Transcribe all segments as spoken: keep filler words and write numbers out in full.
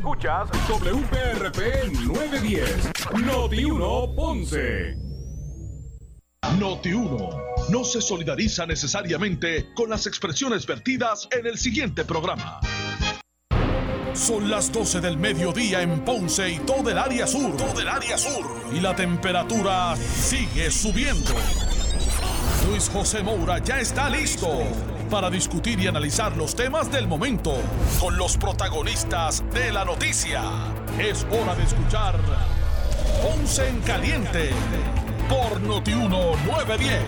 Escuchas W P R P nueve diez, Noti uno Ponce. Noti uno no se solidariza necesariamente con las expresiones vertidas en el siguiente programa. Son las doce del mediodía en Ponce y todo el área sur. Todo el área sur. Y la temperatura sigue subiendo. Luis José Moura ya está listo para discutir y analizar los temas del momento con los protagonistas de la noticia. Es hora de escuchar Ponce en Caliente por Noti uno nueve diez.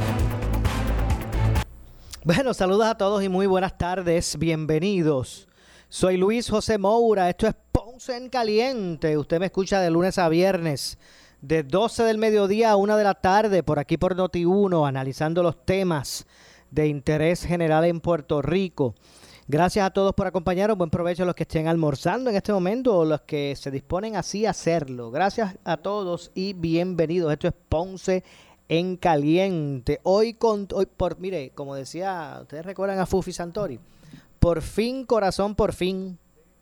Bueno, saludos a todos y muy buenas tardes. Bienvenidos. Soy Luis José Moura. Esto es Ponce en Caliente. Usted me escucha de lunes a viernes, de doce del mediodía a una de la tarde, por aquí por Noti uno, analizando los temas de interés general en Puerto Rico. Gracias a todos por acompañarnos. Buen provecho a los que estén almorzando en este momento o los que se disponen así a hacerlo. Gracias a todos y bienvenidos. Esto es Ponce en Caliente. Hoy, con, hoy por, mire, como decía, ustedes recuerdan a Fufi Santori. Por fin, corazón, por fin.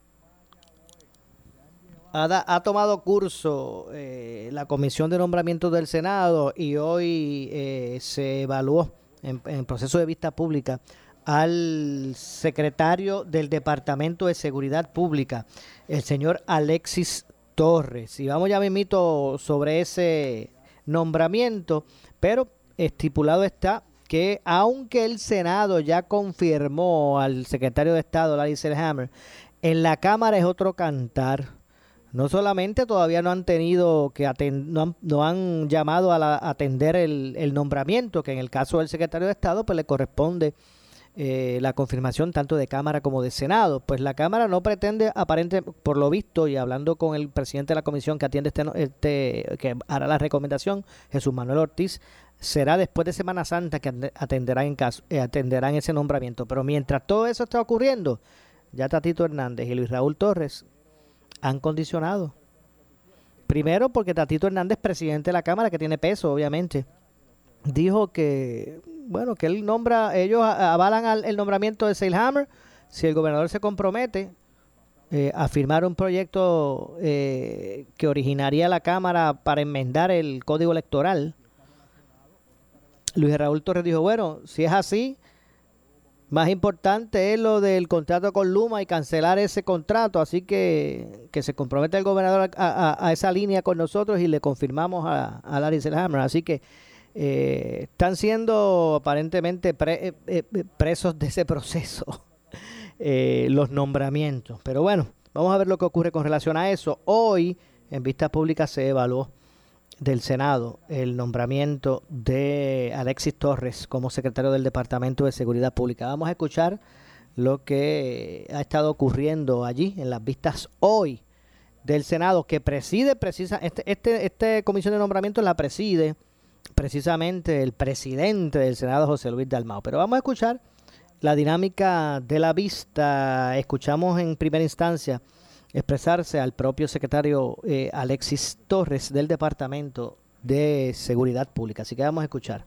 Ha, da, ha tomado curso eh, la Comisión de Nombramientos del Senado y hoy eh, se evaluó en, en proceso de vista pública al secretario del Departamento de Seguridad Pública, el señor Alexis Torres. Y vamos ya mismito sobre ese nombramiento, pero estipulado está que aunque el Senado ya confirmó al secretario de Estado, Larry Selhammer, en la Cámara es otro cantar. No solamente todavía no han tenido que atend- no, han, no han llamado a, la, a atender el, el nombramiento, que en el caso del secretario de Estado pues le corresponde eh, la confirmación tanto de Cámara como de Senado. Pues la Cámara no pretende, aparente por lo visto, y hablando con el presidente de la comisión que atiende este, este que hará la recomendación, Jesús Manuel Ortiz, será después de Semana Santa que atenderán, en caso, eh, atenderán ese nombramiento. Pero mientras todo eso está ocurriendo, ya Tatito Hernández y Luis Raúl Torres han condicionado. Primero porque Tatito Hernández, presidente de la Cámara, que tiene peso, obviamente, dijo que, bueno, que él nombra, ellos avalan al, el nombramiento de Selhammer si el gobernador se compromete eh, a firmar un proyecto eh, que originaría la Cámara para enmendar el Código Electoral. Luis Raúl Torres dijo, bueno, si es así, más importante es lo del contrato con Luma y cancelar ese contrato, así que que se compromete el gobernador a, a, a esa línea con nosotros y le confirmamos a, a Larry Selhammer. Así que eh, están siendo aparentemente pre, eh, presos de ese proceso eh, los nombramientos. Pero bueno, vamos a ver lo que ocurre con relación a eso. Hoy, en vista pública, se evaluó del Senado el nombramiento de Alexis Torres como secretario del Departamento de Seguridad Pública. Vamos a escuchar lo que ha estado ocurriendo allí en las vistas hoy del Senado, que preside precisa este este este comisión de nombramiento la preside precisamente el presidente del Senado, José Luis Dalmau. Pero vamos a escuchar la dinámica de la vista. Escuchamos en primera instancia expresarse al propio secretario eh, Alexis Torres del Departamento de Seguridad Pública. Así que vamos a escuchar.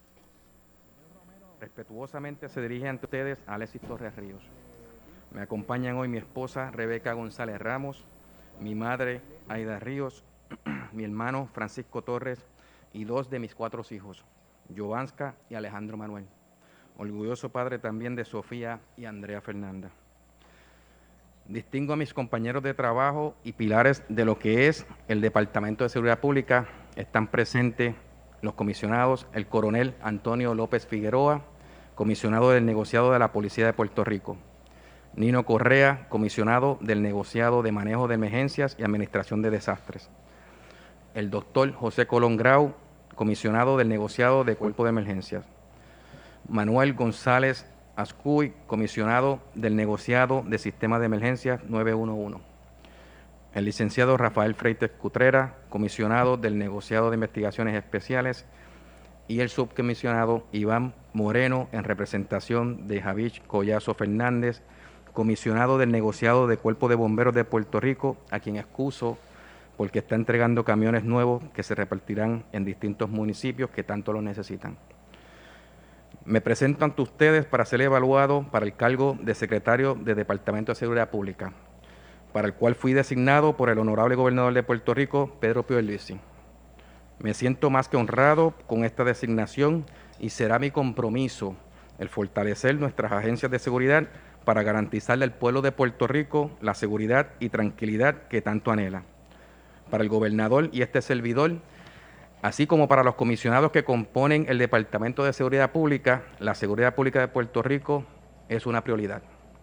Respetuosamente se dirige ante ustedes Alexis Torres Ríos. Me acompañan hoy mi esposa Rebeca González Ramos, mi madre Aida Ríos, mi hermano Francisco Torres y dos de mis cuatro hijos, Jovanska y Alejandro Manuel. Orgulloso padre también de Sofía y Andrea Fernanda. Distingo a mis compañeros de trabajo y pilares de lo que es el Departamento de Seguridad Pública. Están presentes los comisionados, el coronel Antonio López Figueroa, comisionado del negociado de la Policía de Puerto Rico. Nino Correa, comisionado del negociado de manejo de emergencias y administración de desastres. El doctor José Colón Grau, comisionado del negociado de cuerpo de emergencias. Manuel González Ascuy, comisionado del negociado de Sistema de Emergencias nueve uno uno. El licenciado Rafael Freites Cutrera, comisionado del negociado de Investigaciones Especiales, y el subcomisionado Iván Moreno, en representación de Javich Collazo Fernández, comisionado del negociado de Cuerpo de Bomberos de Puerto Rico, a quien excuso porque está entregando camiones nuevos que se repartirán en distintos municipios que tanto lo necesitan. Me presento ante ustedes para ser evaluado para el cargo de secretario de Departamento de Seguridad Pública. para el cual fui designado por el honorable gobernador de Puerto Rico, Pedro Pierluisi. Me siento más que honrado con esta designación y será mi compromiso el fortalecer nuestras agencias de seguridad para garantizarle al pueblo de Puerto Rico la seguridad y tranquilidad que tanto anhela. Para el gobernador y este servidor, así como para los comisionados que componen el Departamento de Seguridad Pública, la seguridad pública de Puerto Rico es una prioridad.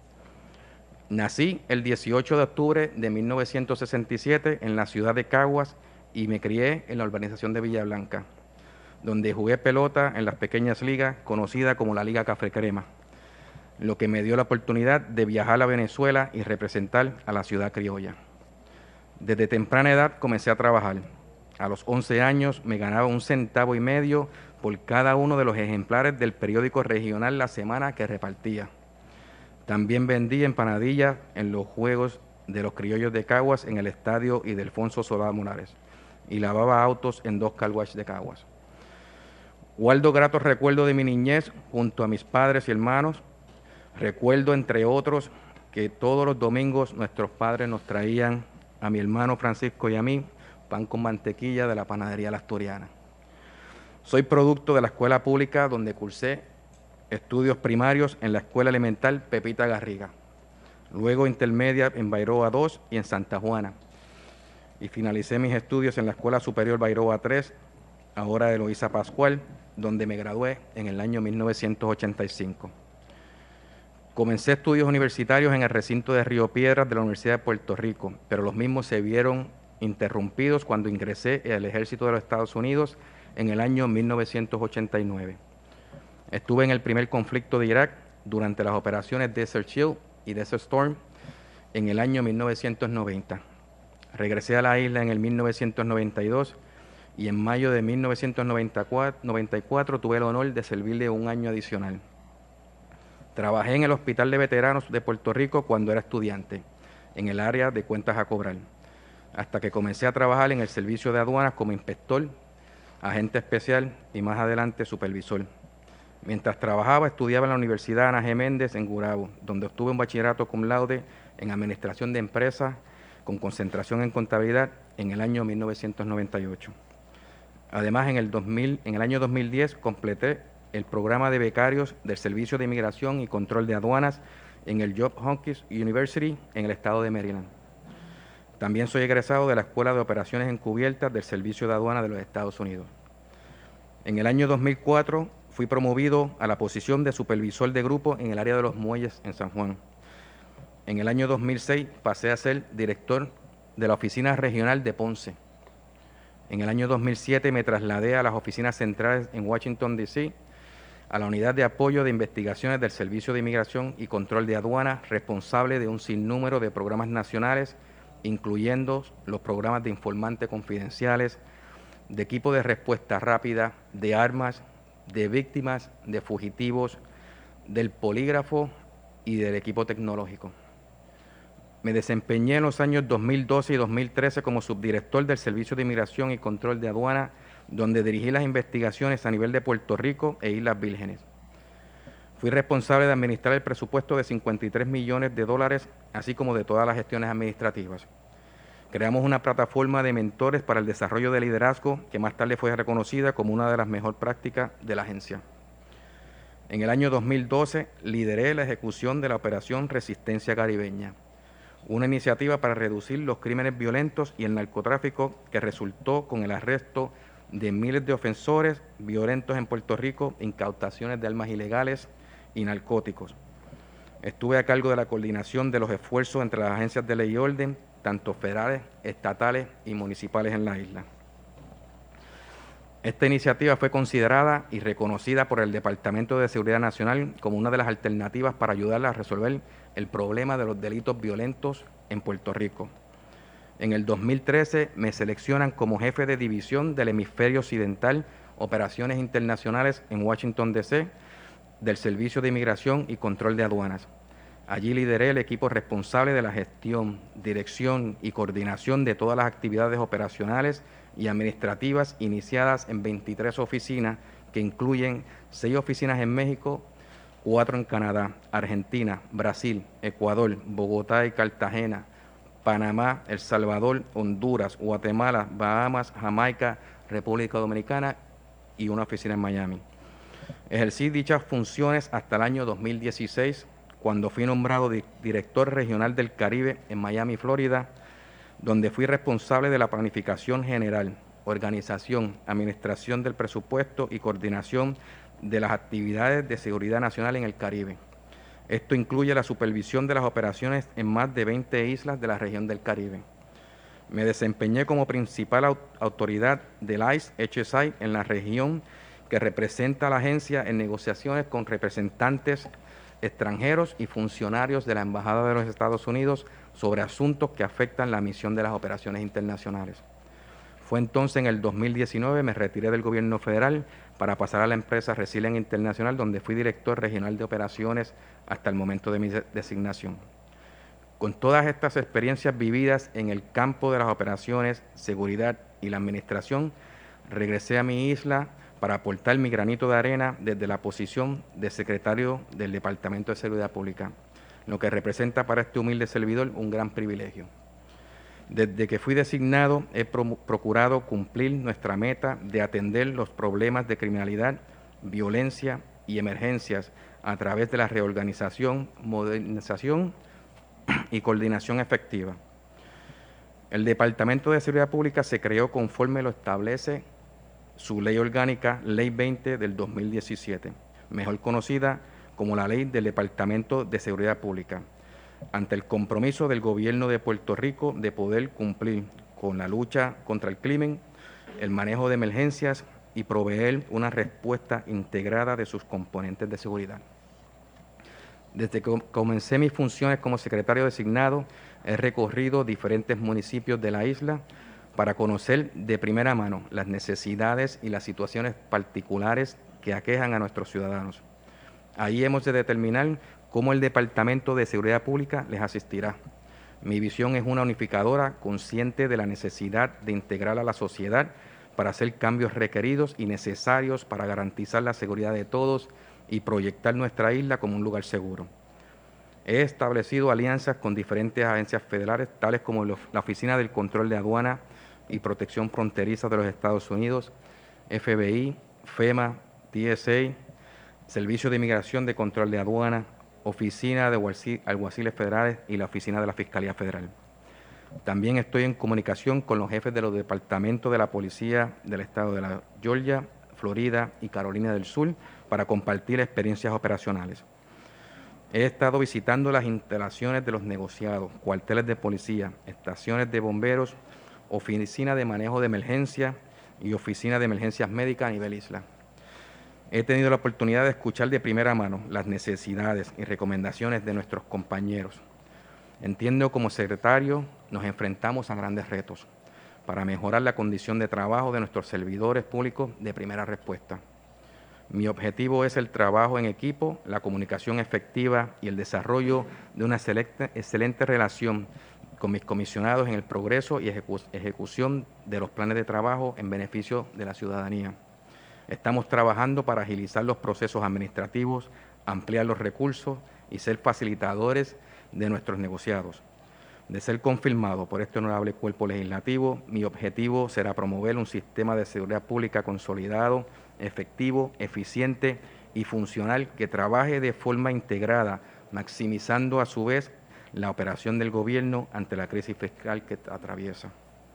Nací el dieciocho de octubre de mil novecientos sesenta y siete en la ciudad de Caguas y me crié en la urbanización de Villa Blanca, donde jugué pelota en las pequeñas ligas conocida como la Liga Café Crema, lo que me dio la oportunidad de viajar a Venezuela y representar a la ciudad criolla. Desde temprana edad comencé a trabajar. A los once años me ganaba un centavo y medio por cada uno de los ejemplares del periódico regional La Semana que repartía. También vendí empanadillas en los juegos de los criollos de Caguas en el estadio Ildefonso Solá Morales y lavaba autos en dos car wash de Caguas. Guardo gratos recuerdos de mi niñez junto a mis padres y hermanos. Recuerdo, entre otros, que todos los domingos nuestros padres nos traían a mi hermano Francisco y a mí pan con mantequilla de la panadería La Asturiana. Soy producto de la escuela pública donde cursé estudios primarios en la escuela elemental Pepita Garriga, luego intermedia en Bairoa dos y en Santa Juana, y finalicé mis estudios en la Escuela Superior Bairoa tres, ahora de Eloísa Pascual, donde me gradué en el año mil novecientos ochenta y cinco. Comencé estudios universitarios en el recinto de Río Piedras de la Universidad de Puerto Rico, pero los mismos se vieron interrumpidos cuando ingresé al Ejército de los Estados Unidos en el año mil novecientos ochenta y nueve. Estuve en el primer conflicto de Irak durante las operaciones Desert Shield y Desert Storm en el año mil novecientos noventa. Regresé a la isla en el mil novecientos noventa y dos y en mayo de mil novecientos noventa y cuatro tuve el honor de servirle un año adicional. Trabajé en el Hospital de Veteranos de Puerto Rico cuando era estudiante, en el área de cuentas a cobrar, hasta que comencé a trabajar en el servicio de aduanas como inspector, agente especial y más adelante supervisor. Mientras trabajaba, estudiaba en la Universidad Ana G. Méndez en Gurabo, donde obtuve un bachillerato cum laude en Administración de Empresas con concentración en Contabilidad en el año mil novecientos noventa y ocho. Además, en el, dos mil, en el año dos mil diez completé el programa de becarios del Servicio de Inmigración y Control de Aduanas en el Johns Hopkins University en el estado de Maryland. También soy egresado de la Escuela de Operaciones Encubiertas del Servicio de Aduanas de los Estados Unidos. En el año dos mil cuatro fui promovido a la posición de supervisor de grupo en el área de los muelles en San Juan. En el año dos mil seis pasé a ser director de la Oficina Regional de Ponce. En el año dos mil siete me trasladé a las oficinas centrales en Washington, D C, a la Unidad de Apoyo de Investigaciones del Servicio de Inmigración y Control de Aduanas, responsable de un sinnúmero de programas nacionales, incluyendo los programas de informantes confidenciales, de equipo de respuesta rápida, de armas, de víctimas, de fugitivos, del polígrafo y del equipo tecnológico. Me desempeñé en los años dos mil doce y dos mil trece como subdirector del Servicio de Inmigración y Control de Aduanas, donde dirigí las investigaciones a nivel de Puerto Rico e Islas Vírgenes. Fui responsable de administrar el presupuesto de cincuenta y tres millones de dólares, así como de todas las gestiones administrativas. Creamos una plataforma de mentores para el desarrollo de liderazgo que más tarde fue reconocida como una de las mejores prácticas de la agencia. En el año dos mil doce lideré la ejecución de la Operación Resistencia Caribeña, una iniciativa para reducir los crímenes violentos y el narcotráfico que resultó con el arresto de miles de ofensores violentos en Puerto Rico, incautaciones de armas ilegales y narcóticos. Estuve a cargo de la coordinación de los esfuerzos entre las agencias de ley y orden, tanto federales, estatales y municipales en la isla. Esta iniciativa fue considerada y reconocida por el Departamento de Seguridad Nacional como una de las alternativas para ayudarla a resolver el problema de los delitos violentos en Puerto Rico. En el dos mil trece me seleccionan como jefe de división del Hemisferio Occidental, Operaciones Internacionales en Washington, D C, del Servicio de Inmigración y Control de Aduanas. Allí lideré el equipo responsable de la gestión, dirección y coordinación de todas las actividades operacionales y administrativas iniciadas en veintitrés oficinas, que incluyen seis oficinas en México, cuatro en Canadá, Argentina, Brasil, Ecuador, Bogotá y Cartagena, Panamá, El Salvador, Honduras, Guatemala, Bahamas, Jamaica, República Dominicana y una oficina en Miami. Ejercí dichas funciones hasta el año dos mil dieciséis, cuando fui nombrado di- director regional del Caribe en Miami, Florida, donde fui responsable de la planificación general, organización, administración del presupuesto y coordinación de las actividades de seguridad nacional en el Caribe. Esto incluye la supervisión de las operaciones en más de veinte islas de la región del Caribe. Me desempeñé como principal au- autoridad del I C E H S I en la región, que representa a la agencia en negociaciones con representantes extranjeros y funcionarios de la Embajada de los Estados Unidos sobre asuntos que afectan la misión de las operaciones internacionales. Fue entonces en el dos mil diecinueve me retiré del gobierno federal para pasar a la empresa Resilient Internacional, donde fui director regional de operaciones hasta el momento de mi de- designación. Con todas estas experiencias vividas en el campo de las operaciones, seguridad y la administración, regresé a mi isla para aportar mi granito de arena desde la posición de secretario del Departamento de Seguridad Pública, lo que representa para este humilde servidor un gran privilegio. Desde que fui designado, he pro- procurado cumplir nuestra meta de atender los problemas de criminalidad, violencia y emergencias a través de la reorganización, modernización y coordinación efectiva. El Departamento de Seguridad Pública se creó conforme lo establece su ley orgánica, Ley veinte del dos mil diecisiete, mejor conocida como la Ley del Departamento de Seguridad Pública, ante el compromiso del Gobierno de Puerto Rico de poder cumplir con la lucha contra el crimen, el manejo de emergencias y proveer una respuesta integrada de sus componentes de seguridad. Desde que comencé mis funciones como secretario designado, he recorrido diferentes municipios de la isla para conocer de primera mano las necesidades y las situaciones particulares que aquejan a nuestros ciudadanos. Ahí hemos de determinar cómo el Departamento de Seguridad Pública les asistirá. Mi visión es una unificadora, consciente de la necesidad de integrar a la sociedad para hacer cambios requeridos y necesarios para garantizar la seguridad de todos y proyectar nuestra isla como un lugar seguro. He establecido alianzas con diferentes agencias federales, tales como la Oficina del Control de Aduana y Protección Fronteriza de los Estados Unidos, F B I, FEMA, T S A, Servicio de Inmigración de Control de Aduana, Oficina de Alguaciles Federales y la Oficina de la Fiscalía Federal. También estoy en comunicación con los jefes de los departamentos de la Policía del Estado de la Georgia, Florida y Carolina del Sur para compartir experiencias operacionales. He estado visitando las instalaciones de los negociados, cuarteles de policía, estaciones de bomberos, oficina de manejo de emergencia y oficina de emergencias médicas a nivel isla. He tenido la oportunidad de escuchar de primera mano las necesidades y recomendaciones de nuestros compañeros. Entiendo como secretario nos enfrentamos a grandes retos para mejorar la condición de trabajo de nuestros servidores públicos de primera respuesta. Mi objetivo es el trabajo en equipo, la comunicación efectiva y el desarrollo de una excelente, excelente relación con mis comisionados en el progreso y ejecu- ejecución de los planes de trabajo en beneficio de la ciudadanía. Estamos trabajando para agilizar los procesos administrativos, ampliar los recursos y ser facilitadores de nuestros negociados. De ser confirmado por este honorable cuerpo legislativo, mi objetivo será promover un sistema de seguridad pública consolidado, efectivo, eficiente y funcional que trabaje de forma integrada, maximizando a su vez la operación del gobierno ante la crisis fiscal que atraviesa.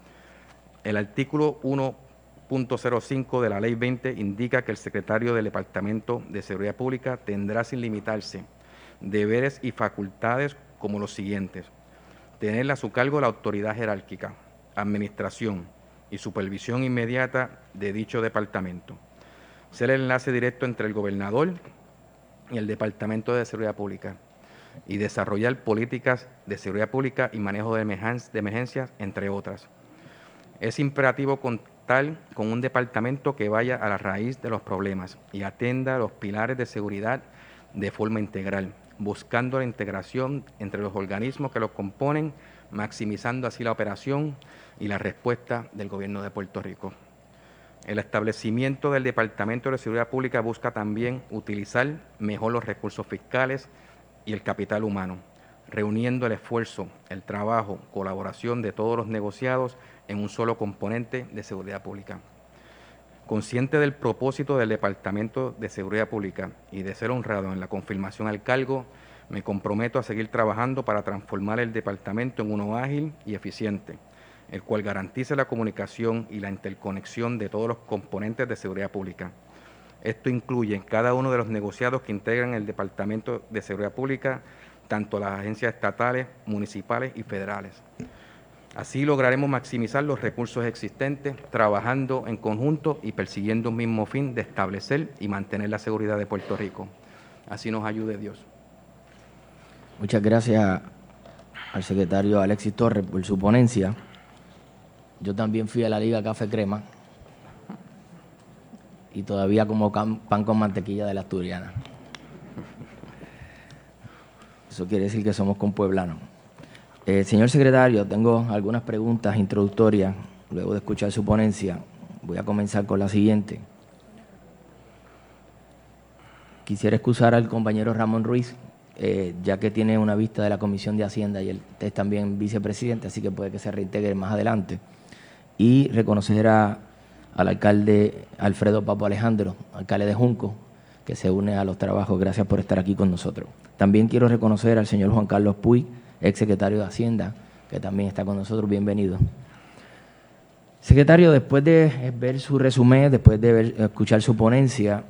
El artículo uno punto cero cinco de la Ley veinte indica que el secretario del Departamento de Seguridad Pública tendrá, sin limitarse, deberes y facultades como los siguientes: tener a su cargo la autoridad jerárquica, administración y supervisión inmediata de dicho departamento, ser el enlace directo entre el gobernador y el Departamento de Seguridad Pública y desarrollar políticas de seguridad pública y manejo de emergencias, de emergencias, entre otras. Es imperativo contar con un departamento que vaya a la raíz de los problemas y atienda los pilares de seguridad de forma integral, buscando la integración entre los organismos que los componen, maximizando así la operación y la respuesta del Gobierno de Puerto Rico. El establecimiento del Departamento de Seguridad Pública busca también utilizar mejor los recursos fiscales y el capital humano, reuniendo el esfuerzo, el trabajo, colaboración de todos los negociados en un solo componente de seguridad pública. Consciente del propósito del Departamento de Seguridad Pública y de ser honrado en la confirmación al cargo, me comprometo a seguir trabajando para transformar el departamento en uno ágil y eficiente, el cual garantice la comunicación y la interconexión de todos los componentes de seguridad pública. Esto incluye cada uno de los negociados que integran el Departamento de Seguridad Pública, tanto las agencias estatales, municipales y federales. Así lograremos maximizar los recursos existentes, trabajando en conjunto y persiguiendo un mismo fin de establecer y mantener la seguridad de Puerto Rico. Así nos ayude Dios. Muchas gracias al secretario Alexis Torres por su ponencia. Yo también fui a la Liga Café Crema y todavía como pan con mantequilla de la Asturiana. Eso quiere decir que somos compueblanos. Eh, señor secretario, tengo algunas preguntas introductorias luego de escuchar su ponencia. Voy a comenzar con la siguiente. Quisiera excusar al compañero Ramón Ruiz, eh, ya que tiene una vista de la Comisión de Hacienda y él es también vicepresidente, así que puede que se reintegre más adelante. Y reconocer a, al alcalde Alfredo Papo Alejandro, alcalde de Junco, que se une a los trabajos. Gracias por estar aquí con nosotros. También quiero reconocer al señor Juan Carlos Puy, ex secretario de Hacienda, que también está con nosotros. Bienvenido. Secretario, después de ver su resumen, después de ver, escuchar su ponencia,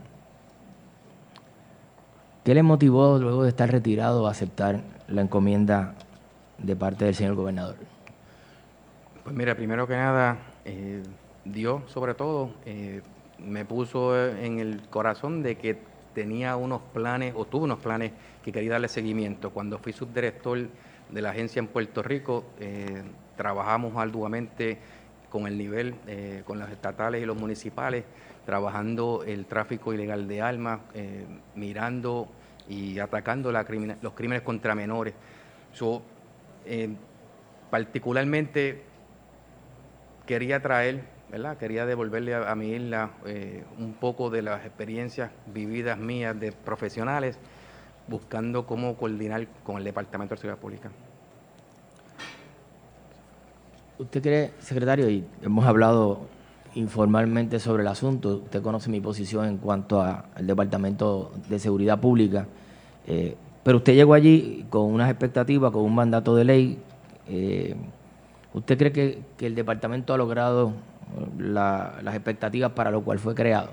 ¿qué le motivó luego de estar retirado a aceptar la encomienda de parte del señor gobernador? Pues mira, primero que nada, eh, Dios sobre todo eh, me puso en el corazón de que tenía unos planes, o tuve unos planes que quería darle seguimiento. Cuando fui subdirector de la agencia en Puerto Rico, eh, trabajamos arduamente con el nivel, eh, con los estatales y los municipales, trabajando el tráfico ilegal de armas, eh, mirando y atacando la crimin- los crímenes contra menores. So, eh, particularmente quería traer, ¿verdad? Quería devolverle a, a mi isla eh, un poco de las experiencias vividas mías de profesionales, buscando cómo coordinar con el Departamento de Seguridad Pública. ¿Usted cree, secretario, y hemos hablado informalmente sobre el asunto, usted conoce mi posición en cuanto a- al Departamento de Seguridad Pública, eh, pero usted llegó allí con unas expectativas, con un mandato de ley. Eh, ¿Usted cree que, que el departamento ha logrado la, las expectativas para lo cual fue creado?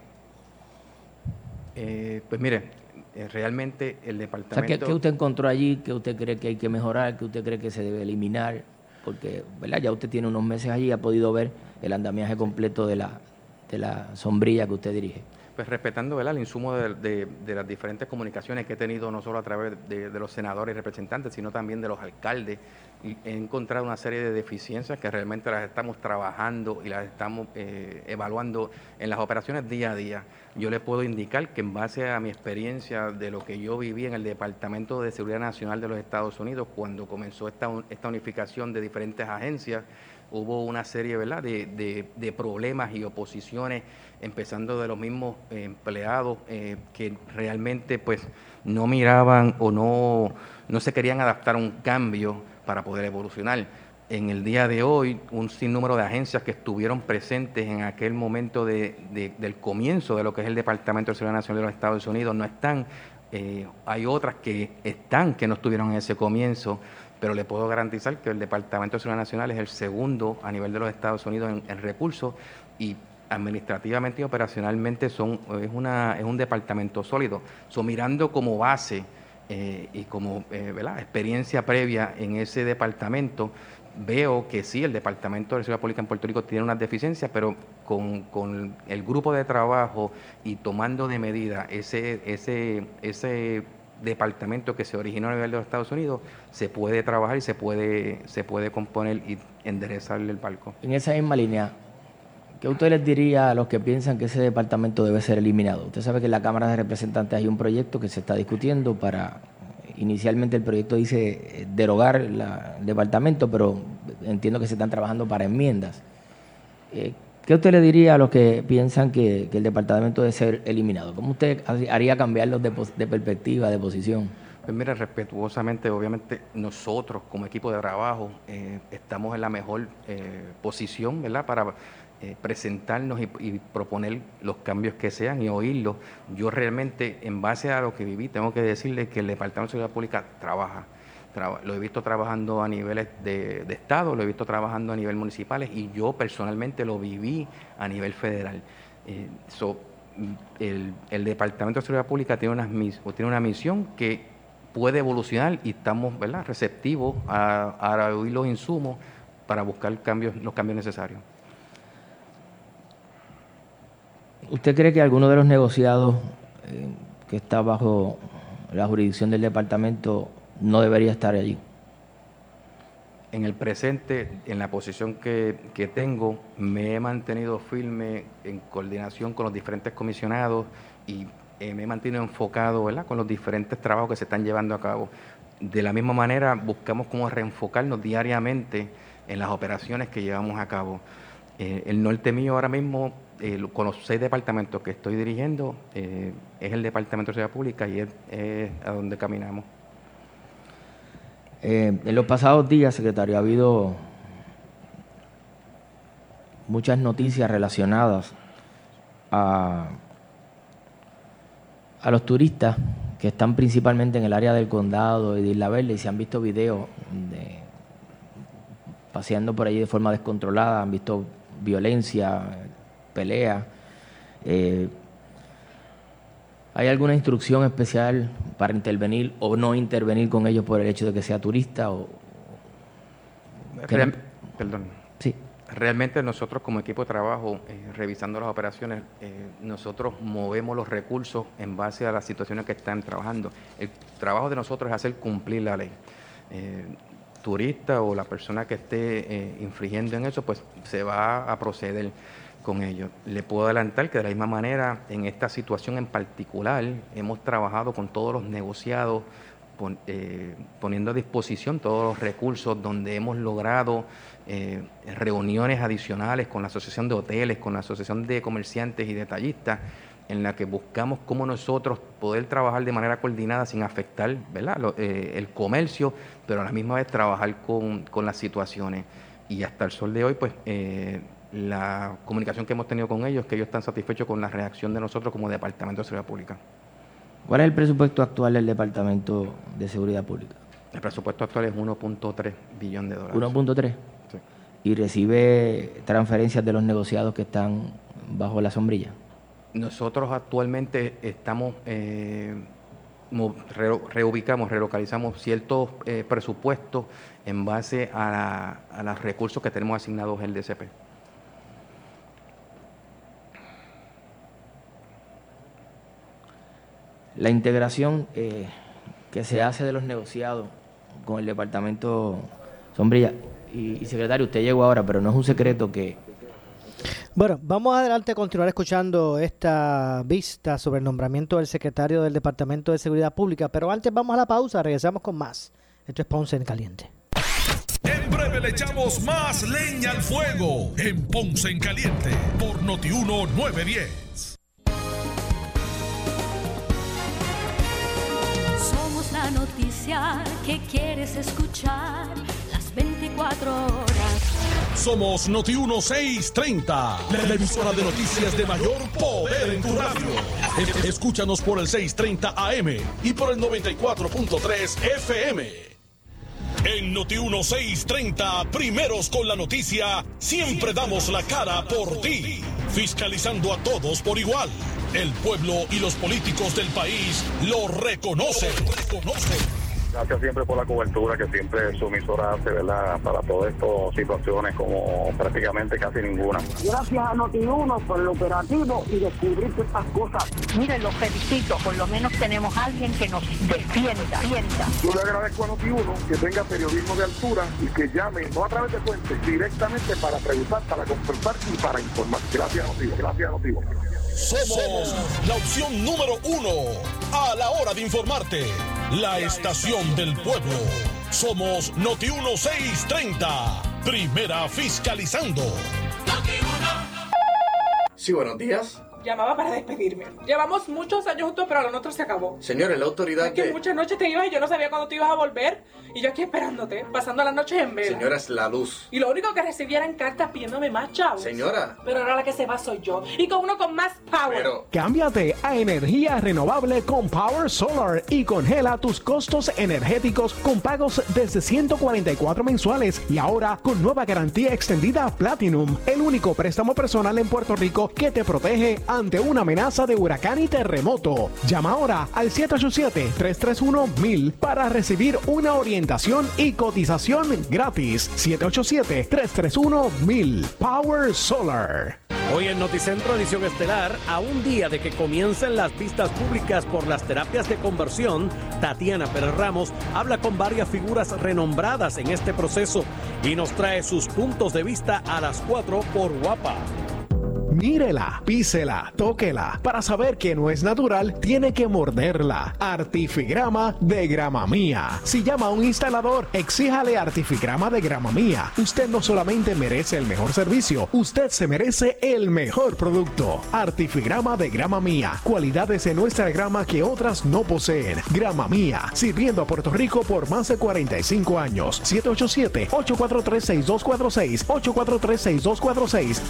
Eh, pues mire, eh, realmente el O departamento... sea, ¿qué, qué usted encontró allí? ¿Qué usted cree que hay que mejorar? ¿Qué usted cree que se debe eliminar? Porque, ¿verdad? Ya usted tiene unos meses allí y ha podido ver el andamiaje completo de la, de la sombrilla que usted dirige. Pues respetando, ¿verdad?, el insumo de, de, de las diferentes comunicaciones que he tenido, no solo a través de, de los senadores y representantes, sino también de los alcaldes, y he encontrado una serie de deficiencias que realmente las estamos trabajando y las estamos eh, evaluando en las operaciones día a día. Yo le puedo indicar que en base a mi experiencia de lo que yo viví en el Departamento de Seguridad Nacional de los Estados Unidos, cuando comenzó esta, esta unificación de diferentes agencias, hubo una serie, ¿verdad?, de, de, de problemas y oposiciones, empezando de los mismos eh, empleados eh, que realmente pues no miraban o no, no se querían adaptar a un cambio para poder evolucionar. En el día de hoy, un sinnúmero de agencias que estuvieron presentes en aquel momento de, de, del comienzo de lo que es el Departamento de Seguridad Nacional de los Estados Unidos no están. Eh, hay otras que están, que no estuvieron en ese comienzo, pero le puedo garantizar que el Departamento de Seguridad Nacional es el segundo a nivel de los Estados Unidos en, en recursos, y administrativamente y operacionalmente son, es, una, es un departamento sólido. So, mirando como base eh, y como eh, ¿verdad?, experiencia previa en ese departamento, veo que sí, el Departamento de Seguridad Pública en Puerto Rico tiene unas deficiencias, pero con, con el grupo de trabajo y tomando de medida ese, ese, ese departamento que se originó a nivel de los Estados Unidos, se puede trabajar y se puede, se puede componer y enderezarle el barco. En esa misma línea, ¿qué usted les diría a los que piensan que ese departamento debe ser eliminado? Usted sabe que en la Cámara de Representantes hay un proyecto que se está discutiendo para... Inicialmente el proyecto dice derogar la, el departamento, pero entiendo que se están trabajando para enmiendas. Eh, ¿Qué usted le diría a los que piensan que, que el departamento debe ser eliminado? ¿Cómo usted haría cambiarlos de, de perspectiva, de posición? Pues mira, respetuosamente, obviamente nosotros como equipo de trabajo eh, estamos en la mejor eh, posición, ¿verdad?, para eh, presentarnos y, y proponer los cambios que sean y oírlos. Yo realmente, en base a lo que viví, tengo que decirle que el Departamento de Seguridad Pública trabaja. Traba, lo he visto trabajando a niveles de, de Estado, lo he visto trabajando a nivel municipales y yo personalmente lo viví a nivel federal. Eh, so, el, el Departamento de Seguridad Pública tiene una, tiene una misión que puede evolucionar y estamos, ¿verdad?, receptivos a, a oír los insumos para buscar cambios, los cambios necesarios. ¿Usted cree que alguno de los negociados eh, que está bajo la jurisdicción del departamento no debería estar allí? En el presente, en la posición que, que tengo, me he mantenido firme en coordinación con los diferentes comisionados y Eh, me he mantenido enfocado, ¿verdad?, con los diferentes trabajos que se están llevando a cabo. De la misma manera, buscamos cómo reenfocarnos diariamente en las operaciones que llevamos a cabo. Eh, el norte mío ahora mismo, eh, con los seis departamentos que estoy dirigiendo, eh, es el Departamento de Seguridad Pública y es, es a donde caminamos. Eh, en los pasados días, secretario, ha habido muchas noticias relacionadas a... a los turistas que están principalmente en el área del condado y de Isla Verde y se han visto videos de paseando por allí de forma descontrolada, han visto violencia, pelea. Eh, ¿Hay alguna instrucción especial para intervenir o no intervenir con ellos por el hecho de que sea turista? O Real, perdón. Sí. Realmente nosotros como equipo de trabajo, eh, revisando las operaciones, eh, nosotros movemos los recursos en base a las situaciones que están trabajando. El trabajo de nosotros es hacer cumplir la ley. Eh, turista o la persona que esté eh, infringiendo en eso, pues se va a proceder con ello. Le puedo adelantar que de la misma manera, en esta situación en particular, hemos trabajado con todos los negociados, pon, eh, poniendo a disposición todos los recursos donde hemos logrado Eh, reuniones adicionales con la Asociación de Hoteles, con la Asociación de Comerciantes y Detallistas, en la que buscamos cómo nosotros poder trabajar de manera coordinada sin afectar, ¿verdad?, Lo, eh, el comercio, pero a la misma vez trabajar con, con las situaciones. Y hasta el sol de hoy, pues, eh, la comunicación que hemos tenido con ellos, que ellos están satisfechos con la reacción de nosotros como Departamento de Seguridad Pública. ¿Cuál es el presupuesto actual del Departamento de Seguridad Pública? El presupuesto actual es uno punto tres billón de dólares. ¿uno punto tres? Sí. ¿Y recibe transferencias de los negociados que están bajo la sombrilla? Nosotros actualmente estamos, eh, re, reubicamos, relocalizamos ciertos eh, presupuestos en base a, la, a los recursos que tenemos asignados en el D C P. La integración eh, que se hace de los negociados con el departamento sombrilla, y, y secretario, usted llegó ahora, pero no es un secreto que... Bueno, vamos adelante a continuar escuchando esta vista sobre el nombramiento del secretario del Departamento de Seguridad Pública, pero antes vamos a la pausa, regresamos con más. Esto es Ponce en Caliente. En breve le echamos más leña al fuego en Ponce en Caliente por Noti uno nueve diez. Somos la noticia que quieres escuchar las veinticuatro horas. Somos Noti uno seiscientos treinta, la emisora de noticias de mayor poder en tu radio. Es- Escúchanos por el seiscientos treinta A M y por el noventa y cuatro punto tres F M. En Noti uno seiscientos treinta, primeros con la noticia, siempre damos la cara por ti, fiscalizando a todos por igual. El pueblo y los políticos del país lo reconocen. reconocen. Gracias siempre por la cobertura que siempre su emisora hace, ¿verdad? Para todas estas situaciones como prácticamente casi ninguna. Gracias a Noti uno por el operativo y descubrir todas estas cosas. Miren, los felicito, por lo menos tenemos a alguien que nos defienda. defienda. Yo le agradezco a Noti uno que tenga periodismo de altura y que llame, no a través de fuentes, directamente para preguntar, para conversar y para informar. Gracias a Noti uno. Gracias a Noti uno. Somos la opción número uno a la hora de informarte. La estación del pueblo. Somos Noti uno seiscientos treinta. Primera fiscalizando. Sí, buenos días. llamaba para despedirme. Llevamos muchos años juntos, pero lo nuestro se acabó. Señores, la autoridad Es que de... muchas noches te ibas y yo no sabía cuándo te ibas a volver. Y yo aquí esperándote, pasando las noches en vela. Señora, es la luz. Y lo único que recibía eran cartas pidiéndome más chavos. Señora. Pero ahora la que se va soy yo. Y con uno con más power. Pero... Cámbiate a energía renovable con Power Solar y congela tus costos energéticos con pagos desde ciento cuarenta y cuatro mensuales y ahora con nueva garantía extendida Platinum, el único préstamo personal en Puerto Rico que te protege ante una amenaza de huracán y terremoto. Llama ahora al siete ocho siete, tres tres uno, mil para recibir una orientación y cotización gratis. siete ocho siete, tres tres uno, mil. Power Solar. Hoy en Noticentro Edición Estelar, a un día de que comiencen las vistas públicas por las terapias de conversión, Tatiana Pérez Ramos habla con varias figuras renombradas en este proceso y nos trae sus puntos de vista a las cuatro por Guapa. Mírela, písela, tóquela. Para saber que no es natural, tiene que morderla. Artifigrama de Grama Mía. Si llama a un instalador, exíjale Artifigrama de Grama Mía. Usted no solamente merece el mejor servicio, usted se merece el mejor producto. Artifigrama de Grama Mía. Cualidades en nuestra grama que otras no poseen. Grama Mía. Sirviendo a Puerto Rico por más de cuarenta y cinco años. siete ocho siete, ocho cuatro tres, seis dos cuatro seis. ocho cuatro tres, seis dos cuatro seis.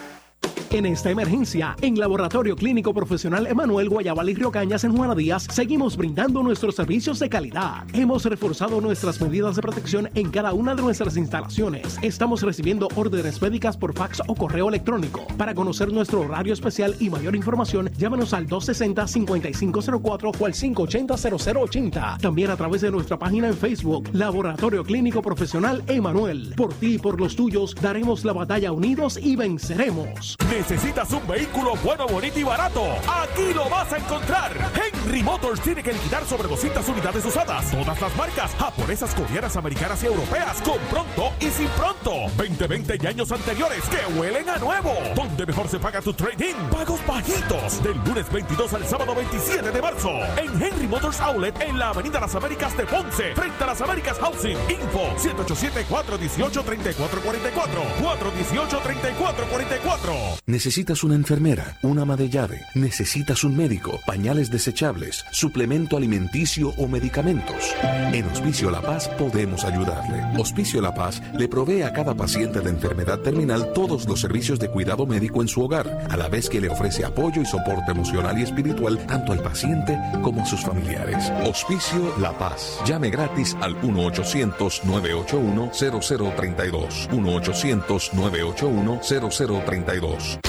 En esta emergencia, en Laboratorio Clínico Profesional Emanuel Guayabal y Río Cañas en Juana Díaz, seguimos brindando nuestros servicios de calidad. Hemos reforzado nuestras medidas de protección en cada una de nuestras instalaciones. Estamos recibiendo órdenes médicas por fax o correo electrónico. Para conocer nuestro horario especial y mayor información, llámanos al dos sesenta, cincuenta y cinco cero cuatro o al cinco ochenta, cero cero ochenta. También a través de nuestra página en Facebook, Laboratorio Clínico Profesional Emanuel. Por ti y por los tuyos, daremos la batalla unidos y venceremos. ¿Necesitas un vehículo bueno, bonito y barato? Aquí lo vas a encontrar. Henry Motors tiene que liquidar sobre doscientas unidades usadas. Todas las marcas, japonesas, coreanas, americanas y europeas, con pronto y sin pronto. veinte veinte y años anteriores que huelen a nuevo. Donde mejor se paga tu trading. Pagos bajitos. Del lunes veintidós al sábado veintisiete de marzo. En Henry Motors Outlet, en la Avenida Las Américas de Ponce, frente a Las Américas Housing. Info siete ocho siete, cuatro uno ocho, tres cuatro cuatro cuatro. cuatro uno ocho, tres cuatro cuatro cuatro. Necesitas una enfermera, una ama de llave, necesitas un médico, pañales desechables, suplemento alimenticio o medicamentos. En Hospicio La Paz podemos ayudarle. Hospicio La Paz le provee a cada paciente de enfermedad terminal todos los servicios de cuidado médico en su hogar, a la vez que le ofrece apoyo y soporte emocional y espiritual tanto al paciente como a sus familiares. Hospicio La Paz. Llame gratis al uno ochocientos, nueve ocho uno, cero cero tres dos. uno ochocientos, nueve ocho uno, cero cero tres dos.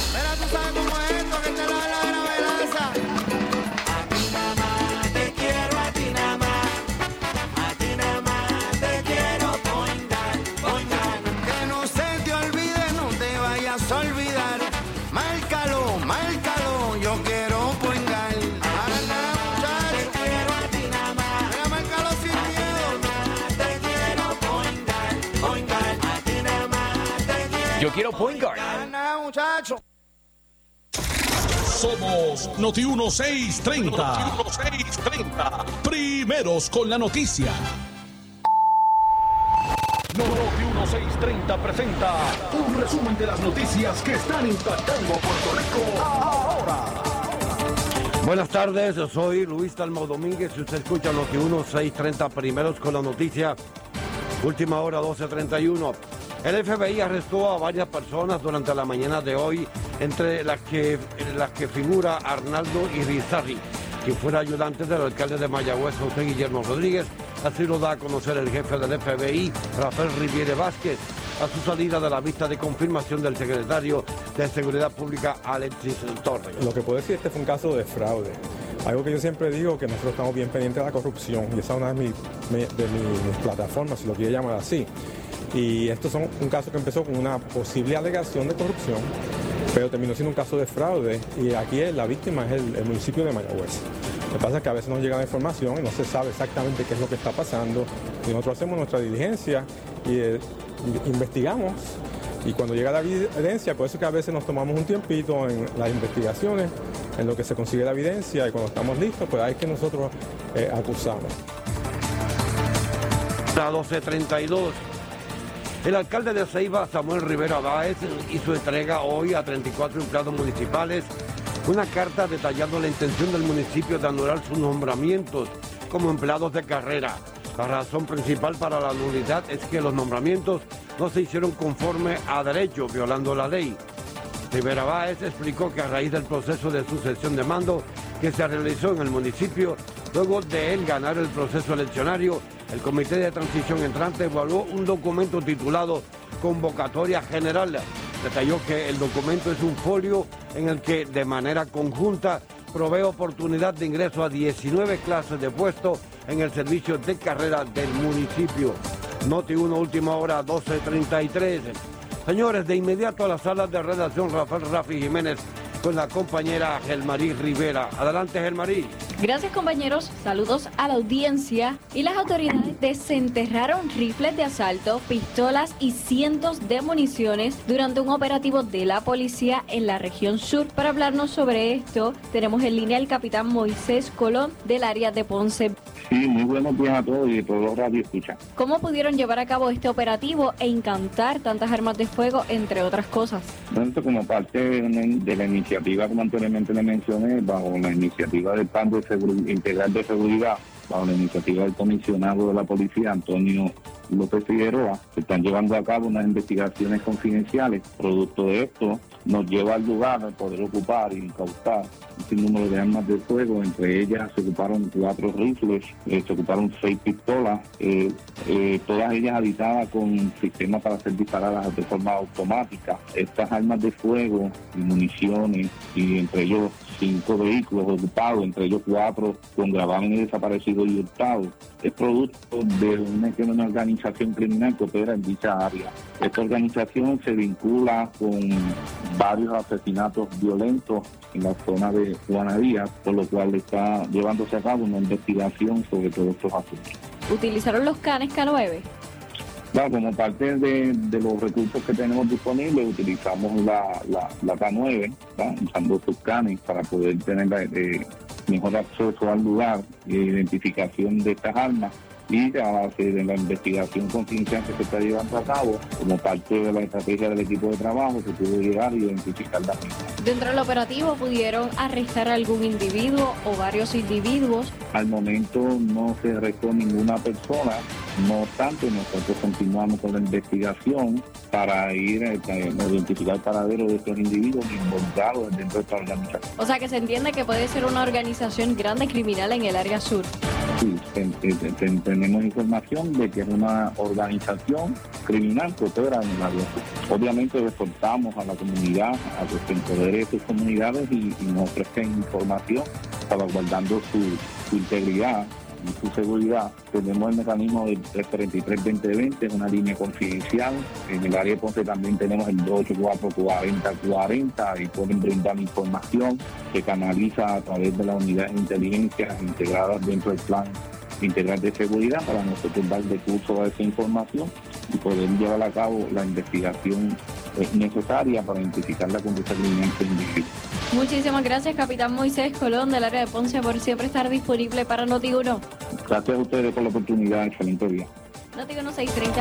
Yo quiero Point Guard. Somos Noti uno seiscientos treinta. Noti uno seiscientos treinta. Primeros con la noticia. Noti uno seiscientos treinta presenta un resumen de las noticias que están impactando Puerto Rico ahora. Buenas tardes, yo soy Luis Dalmau Domínguez y usted escucha Noti uno seiscientos treinta Primeros con la noticia. Última hora doce treinta y uno. El F B I arrestó a varias personas durante la mañana de hoy, entre las que, las que figura Arnaldo Irizarry, quien fuera ayudante del alcalde de Mayagüez, José Guillermo Rodríguez. Así lo da a conocer el jefe del F B I, Rafael Riviere Vázquez, a su salida de la vista de confirmación del secretario de Seguridad Pública, Alexis Torres. Lo que puedo decir es que este fue un caso de fraude. Algo que yo siempre digo, que nosotros estamos bien pendientes de la corrupción, y esa es una de mis, de mis plataformas, si lo quiere llamar así. Y esto es un caso que empezó con una posible alegación de corrupción, pero terminó siendo un caso de fraude, y aquí la víctima es el, el municipio de Mayagüez. Lo que pasa es que a veces nos llega la información y no se sabe exactamente qué es lo que está pasando, y nosotros hacemos nuestra diligencia y eh, investigamos, y cuando llega la evidencia, por eso es que a veces nos tomamos un tiempito en las investigaciones, en lo que se consigue la evidencia, y cuando estamos listos, pues ahí es que nosotros eh, acusamos. A doce treinta y dos. El alcalde de Ceiba, Samuel Rivera Báez, hizo entrega hoy a treinta y cuatro empleados municipales una carta detallando la intención del municipio de anular sus nombramientos como empleados de carrera. La razón principal para la nulidad es que los nombramientos no se hicieron conforme a derecho, violando la ley. Rivera Báez explicó que a raíz del proceso de sucesión de mando que se realizó en el municipio, luego de él ganar el proceso eleccionario, el Comité de Transición Entrante evaluó un documento titulado Convocatoria General. Detalló que el documento es un folio en el que de manera conjunta provee oportunidad de ingreso a diecinueve clases de puesto en el servicio de carrera del municipio. Noti uno, última hora, doce treinta y tres. Señores, de inmediato a la sala de redacción Rafael Rafi Jiménez con la compañera Gelmarí Rivera. Adelante, Gelmarí. Gracias, compañeros. Saludos a la audiencia. Y las autoridades desenterraron rifles de asalto, pistolas y cientos de municiones durante un operativo de la policía en la región sur. Para hablarnos sobre esto, tenemos en línea al capitán Moisés Colón del área de Ponce. Sí, muy buenos días a todos y a todos los radioescuchas. ¿Cómo pudieron llevar a cabo este operativo e incatar tantas armas de fuego, entre otras cosas? Bueno, como parte de la iniciativa, como anteriormente le mencioné, bajo la iniciativa del Plan de Seguro Integral de Seguridad, bajo la iniciativa del comisionado de la policía, Antonio López Figueroa, se están llevando a cabo unas investigaciones confidenciales. Producto de esto, nos lleva al lugar de poder ocupar y incautar un sinnúmero de armas de fuego. Entre ellas se ocuparon cuatro rifles, eh, se ocuparon seis pistolas, eh, eh, todas ellas habitadas con sistemas para ser disparadas de forma automática. Estas armas de fuego y municiones, y entre ellos cinco vehículos ocupados, entre ellos cuatro con gravámenes desaparecidos y hurtados, es producto de una, de una organización criminal que opera en dicha área. Esta organización se vincula con varios asesinatos violentos en la zona de Juana Díaz, por lo cual está llevándose a cabo una investigación sobre todos estos asuntos. ¿Utilizaron los canes K nueve? Claro, como parte de, de los recursos que tenemos disponibles, utilizamos la, la, la K nueve, ¿verdad? Usando sus canes para poder tener eh, mejor acceso al lugar e identificación de estas armas. Y a base de la investigación confidencial que se está llevando a cabo, como parte de la estrategia del equipo de trabajo, se pudo llegar y identificar las mismas. ¿Dentro del operativo pudieron arrestar a algún individuo o varios individuos? Al momento no se arrestó ninguna persona, no obstante nosotros continuamos con la investigación para ir a identificar el paradero de estos individuos involucrados dentro de esta organización. O sea que se entiende que puede ser una organización grande criminal en el área sur. Sí, ten, ten, ten, tenemos información de que es una organización criminal que opera en el área sur. Obviamente reforzamos a la comunidad, a que se empodere de sus comunidades y, y nos ofrezcan información salvaguardando su, su integridad y su seguridad. Tenemos el mecanismo del tres cuatro tres, veinte veinte, es una línea confidencial. En el área de Ponce también tenemos el dos ocho cuatro, cuarenta cuarenta y pueden brindar información que canaliza a través de las unidades de inteligencia integradas dentro del Plan Integral de Seguridad para nosotros dar recursos a esa información y poder llevar a cabo la investigación eh, necesaria para identificar la conducta criminal de individuos. Muchísimas gracias, capitán Moisés Colón del área de Ponce, por siempre estar disponible para Noti uno. Gracias a ustedes por la oportunidad. Excelente día. Noti uno seis treinta.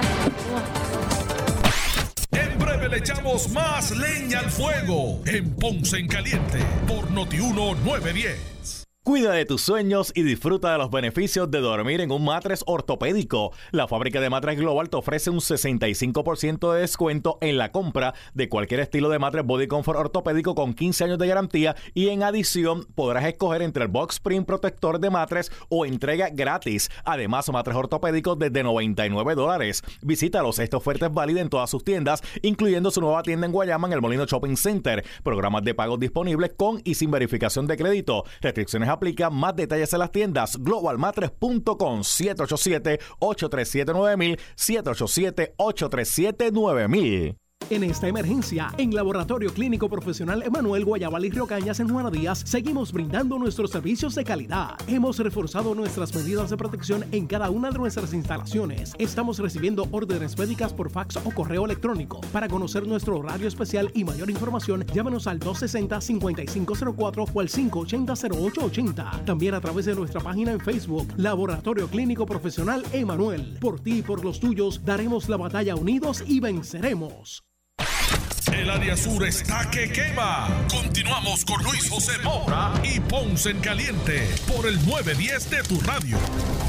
En breve le echamos más leña al fuego en Ponce en Caliente por Noti uno nueve diez. Cuida de tus sueños y disfruta de los beneficios de dormir en un matres ortopédico. La fábrica de Matres Global te ofrece un sesenta y cinco por ciento de descuento en la compra de cualquier estilo de matres Body Comfort ortopédico con quince años de garantía, y en adición podrás escoger entre el Box Spring protector de matres o entrega gratis. Además, matres ortopédicos desde noventa y nueve dólares. Visítalos, esta oferta es válida en todas sus tiendas, incluyendo su nueva tienda en Guayama en el Molino Shopping Center. Programas de pagos disponibles con y sin verificación de crédito. Restricciones aplica. Más detalles en las tiendas global matres punto com, siete ocho siete, ocho tres siete, nueve mil, siete ocho siete, ocho tres siete, nueve mil. En esta emergencia, en Laboratorio Clínico Profesional Emanuel Guayabal y Río Cañas en Juana Díaz, seguimos brindando nuestros servicios de calidad. Hemos reforzado nuestras medidas de protección en cada una de nuestras instalaciones. Estamos recibiendo órdenes médicas por fax o correo electrónico. Para conocer nuestro horario especial y mayor información, llámanos al dos sesenta, cincuenta y cinco cero cuatro o al cinco ochenta, cero ocho ochenta. También a través de nuestra página en Facebook, Laboratorio Clínico Profesional Emanuel. Por ti y por los tuyos, daremos la batalla unidos y venceremos. El área sur está que quema. Continuamos con Luis José Moura y Ponce en Caliente por el nueve diez de tu radio.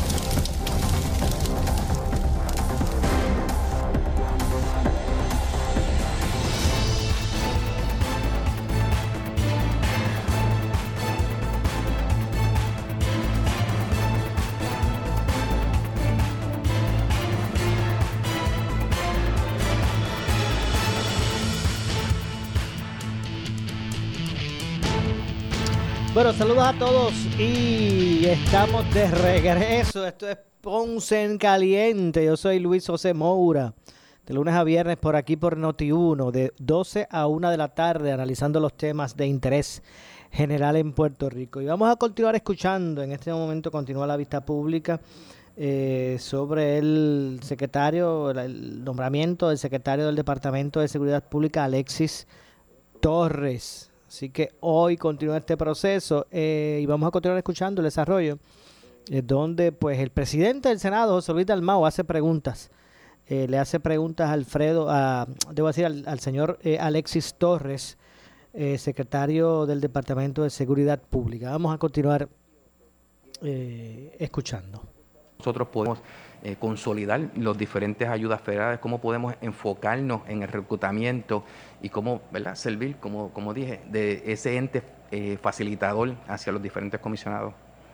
Bueno, saludos a todos y estamos de regreso. Esto es Ponce en Caliente. Yo soy Luis José Moura. De lunes a viernes por aquí por Noti uno, de doce a una de la tarde, analizando los temas de interés general en Puerto Rico. Y vamos a continuar escuchando. En este momento continúa la vista pública eh, sobre el secretario, el nombramiento del secretario del Departamento de Seguridad Pública, Alexis Torres. Así que hoy continúa este proceso eh, y vamos a continuar escuchando el desarrollo eh, donde pues el presidente del Senado, José Luis Dalmau, hace preguntas. Eh, le hace preguntas a Alfredo, a, debo decir al, al señor eh, Alexis Torres, eh, secretario del Departamento de Seguridad Pública. Vamos a continuar eh, escuchando. Nosotros podemos eh, consolidar las diferentes ayudas federales, cómo podemos enfocarnos en el reclutamiento y cómo, ¿verdad?, servir, como, como dije, de ese ente eh, facilitador hacia los diferentes comisionados.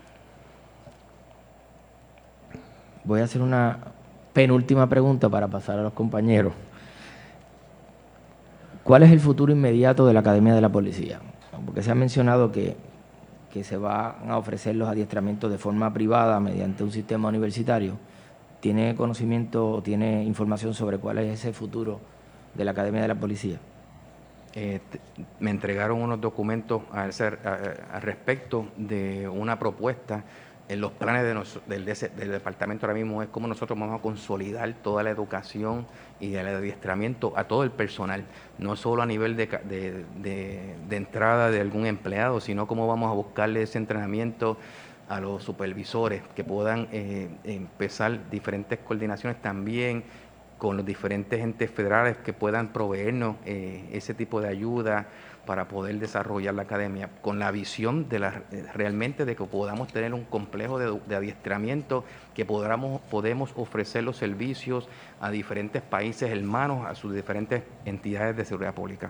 Voy a hacer una penúltima pregunta para pasar a los compañeros. ¿Cuál es el futuro inmediato de la Academia de la Policía? Porque se ha mencionado que, que se van a ofrecer los adiestramientos de forma privada mediante un sistema universitario. ¿Tiene conocimiento o tiene información sobre cuál es ese futuro de la Academia de la Policía? Eh, me entregaron unos documentos al, al respecto de una propuesta. En los planes de nos, del, del departamento ahora mismo es cómo nosotros vamos a consolidar toda la educación y el adiestramiento a todo el personal, no solo a nivel de, de, de, de entrada de algún empleado, sino cómo vamos a buscarle ese entrenamiento a los supervisores que puedan eh, empezar diferentes coordinaciones también con los diferentes entes federales que puedan proveernos eh, ese tipo de ayuda para poder desarrollar la academia, con la visión de la, realmente de que podamos tener un complejo de, de adiestramiento, que podamos, podemos ofrecer los servicios a diferentes países hermanos, a sus diferentes entidades de seguridad pública.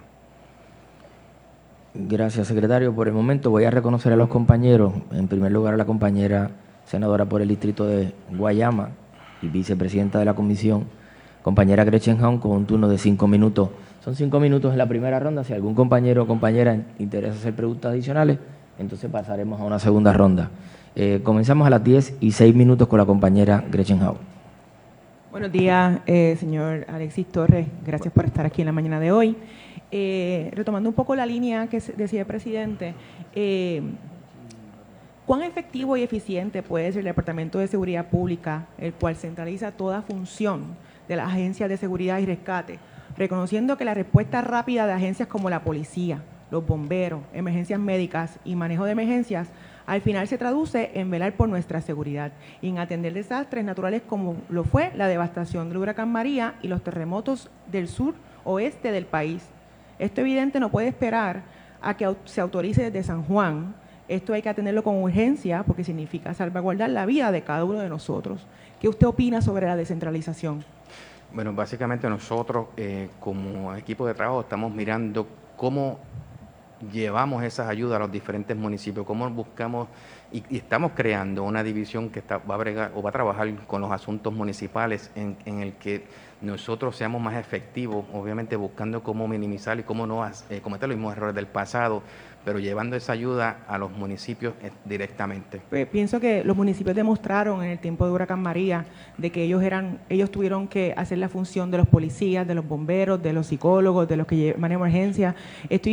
Gracias, secretario. Por el momento voy a reconocer a los compañeros. En primer lugar, a la compañera senadora por el distrito de Guayama y vicepresidenta de la comisión, compañera Gretchen Howe, con un turno de cinco minutos. Son cinco minutos en la primera ronda. Si algún compañero o compañera interesa hacer preguntas adicionales, entonces pasaremos a una segunda ronda. Eh, comenzamos a las diez y seis minutos con la compañera Gretchen Howe. Buenos días, eh, señor Alexis Torres. Gracias por estar aquí en la mañana de hoy. Eh, retomando un poco la línea que decía el presidente, eh, ¿cuán efectivo y eficiente puede ser el Departamento de Seguridad Pública, el cual centraliza toda función de las agencias de seguridad y rescate, reconociendo que la respuesta rápida de agencias como la policía, los bomberos, emergencias médicas y manejo de emergencias, al final se traduce en velar por nuestra seguridad y en atender desastres naturales como lo fue la devastación del huracán María y los terremotos del sur oeste del país? Esto evidente no puede esperar a que se autorice desde San Juan. Esto hay que atenderlo con urgencia porque significa salvaguardar la vida de cada uno de nosotros. ¿Qué usted opina sobre la descentralización? Bueno, básicamente nosotros eh, como equipo de trabajo estamos mirando cómo llevamos esas ayudas a los diferentes municipios, cómo buscamos y, y estamos creando una división que está, va a bregar o va a trabajar con los asuntos municipales en, en el que nosotros seamos más efectivos, obviamente buscando cómo minimizar y cómo no eh, cometer los mismos errores del pasado, pero llevando esa ayuda a los municipios eh, directamente. Pues pienso que los municipios demostraron en el tiempo de Huracán María de que ellos eran, ellos tuvieron que hacer la función de los policías, de los bomberos, de los psicólogos, de los que manejan emergencias. Estoy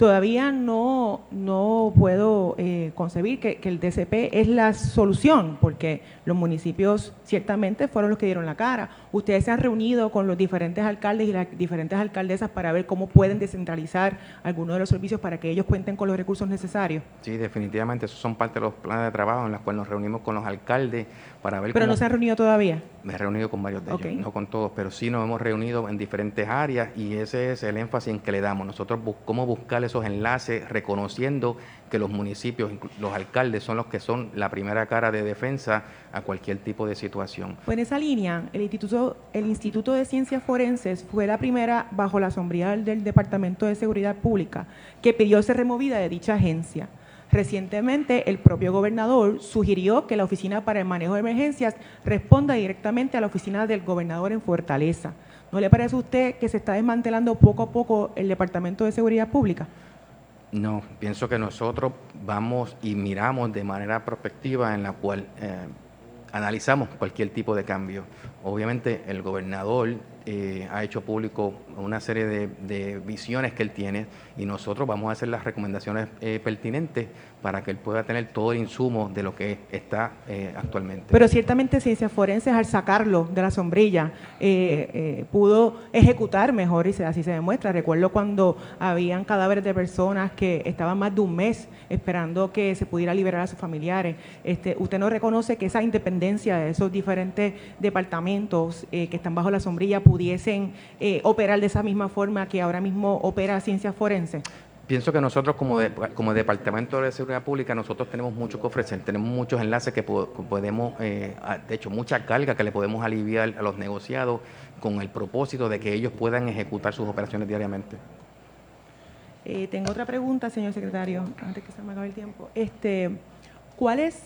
todavía no, no puedo eh, concebir que, que el D C P es la solución, porque los municipios ciertamente fueron los que dieron la cara. Ustedes se han reunido con los diferentes alcaldes y las diferentes alcaldesas para ver cómo pueden descentralizar algunos de los servicios para que ellos cuenten con los recursos necesarios. Sí, definitivamente, esos son parte de los planes de trabajo en los cuales nos reunimos con los alcaldes para ver Pero cómo... no se han reunido todavía. Me he reunido con varios de Okay. ellos, no con todos, pero sí nos hemos reunido en diferentes áreas y ese es el énfasis en que le damos. Nosotros bus cómo buscar esos enlaces, reconociendo que los municipios, los alcaldes son los que son la primera cara de defensa a cualquier tipo de situación. Pues en esa línea, el Instituto, el Instituto de Ciencias Forenses fue la primera, bajo la sombría del Departamento de Seguridad Pública, que pidió ser removida de dicha agencia. Recientemente, el propio gobernador sugirió que la Oficina para el Manejo de Emergencias responda directamente a la oficina del gobernador en Fortaleza. ¿No le parece a usted que se está desmantelando poco a poco el Departamento de Seguridad Pública? No, pienso que nosotros vamos y miramos de manera prospectiva en la cual eh, analizamos cualquier tipo de cambio. Obviamente el gobernador eh, ha hecho público una serie de, de visiones que él tiene y nosotros vamos a hacer las recomendaciones eh, pertinentes para que él pueda tener todo el insumo de lo que está eh, actualmente. Pero ciertamente Ciencias Forenses, al sacarlo de la sombrilla, eh, eh, pudo ejecutar mejor y se, así se demuestra. Recuerdo cuando habían cadáveres de personas que estaban más de un mes esperando que se pudiera liberar a sus familiares. Este, ¿Usted no reconoce que esa independencia de esos diferentes departamentos eh, que están bajo la sombrilla pudiesen eh, operar de esa misma forma que ahora mismo opera Ciencias Forenses? Pienso que nosotros como, de, como Departamento de Seguridad Pública, nosotros tenemos mucho que ofrecer, tenemos muchos enlaces que, po que podemos, eh, de hecho mucha carga que le podemos aliviar a los negociados con el propósito de que ellos puedan ejecutar sus operaciones diariamente. Eh, tengo otra pregunta, señor secretario, antes que se me acabe el tiempo. Este, ¿Cuál es,